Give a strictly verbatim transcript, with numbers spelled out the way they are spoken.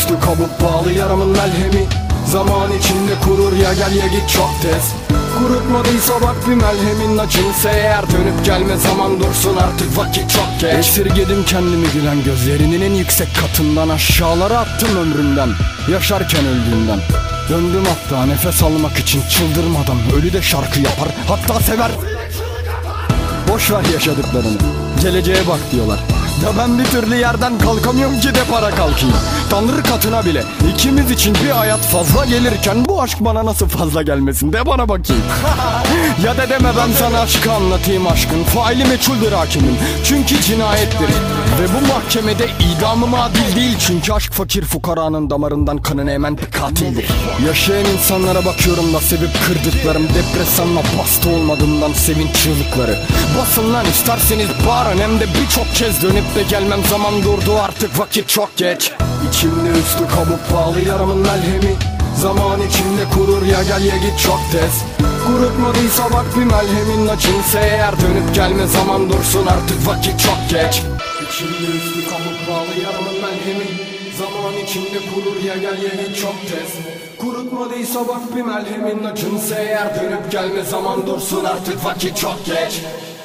üstü kabuk bağlı yaramın melhemi. Zaman içinde kurur ya gel ya git çok tez. Kurutmadıysa bak bir melhemin açılsa eğer, dönüp gelme zaman dursun artık vakit çok geç. Esirgedim kendimi gülen gözlerinin en yüksek katından, aşağılara attım ömrümden yaşarken öldüğümden. Döndüm hatta nefes almak için çıldırmadan, ölü de şarkı yapar hatta sever. Boş ver yaşadıklarını, geleceğe bak diyorlar. Ya ben bir türlü yerden kalkamıyorum ki de para kalkayım. Tanrı katına bile ikimiz için bir hayat fazla gelirken bu aşk bana nasıl fazla gelmesin de bana bakayım. Ya da deme ben sana aşkı anlatayım, aşkın faili meçhuldür hakimin, çünkü cinayettir. Ve bu mahkemede idamım adil değil, çünkü aşk fakir fukaranın damarından kanını emen bir katildir. Yaşayan insanlara bakıyorum da sevip kırdıklarım, depresanla bastı olmadığımdan sevinç çığlıkları. Basın lan isterseniz bağırın, hem de birçok kez dönüp de gelmem, zaman durdu artık vakit çok geç. İçimde üstü kabuk bağlı yaramın melhemi. Zaman içinde kurur ya gel ya git çok tez. Kurutmadıysa bak bir melhemin açılsa eğer, dönüp gelme zaman dursun artık vakit çok geç. İçimde üstü kabuk bağlı yaramın melhemi. Zaman içinde kurur ya gel ya git çok tez. Kurutmadıysa bak bir melhemin açılsa eğer, dönüp gelme zaman dursun artık vakit çok geç.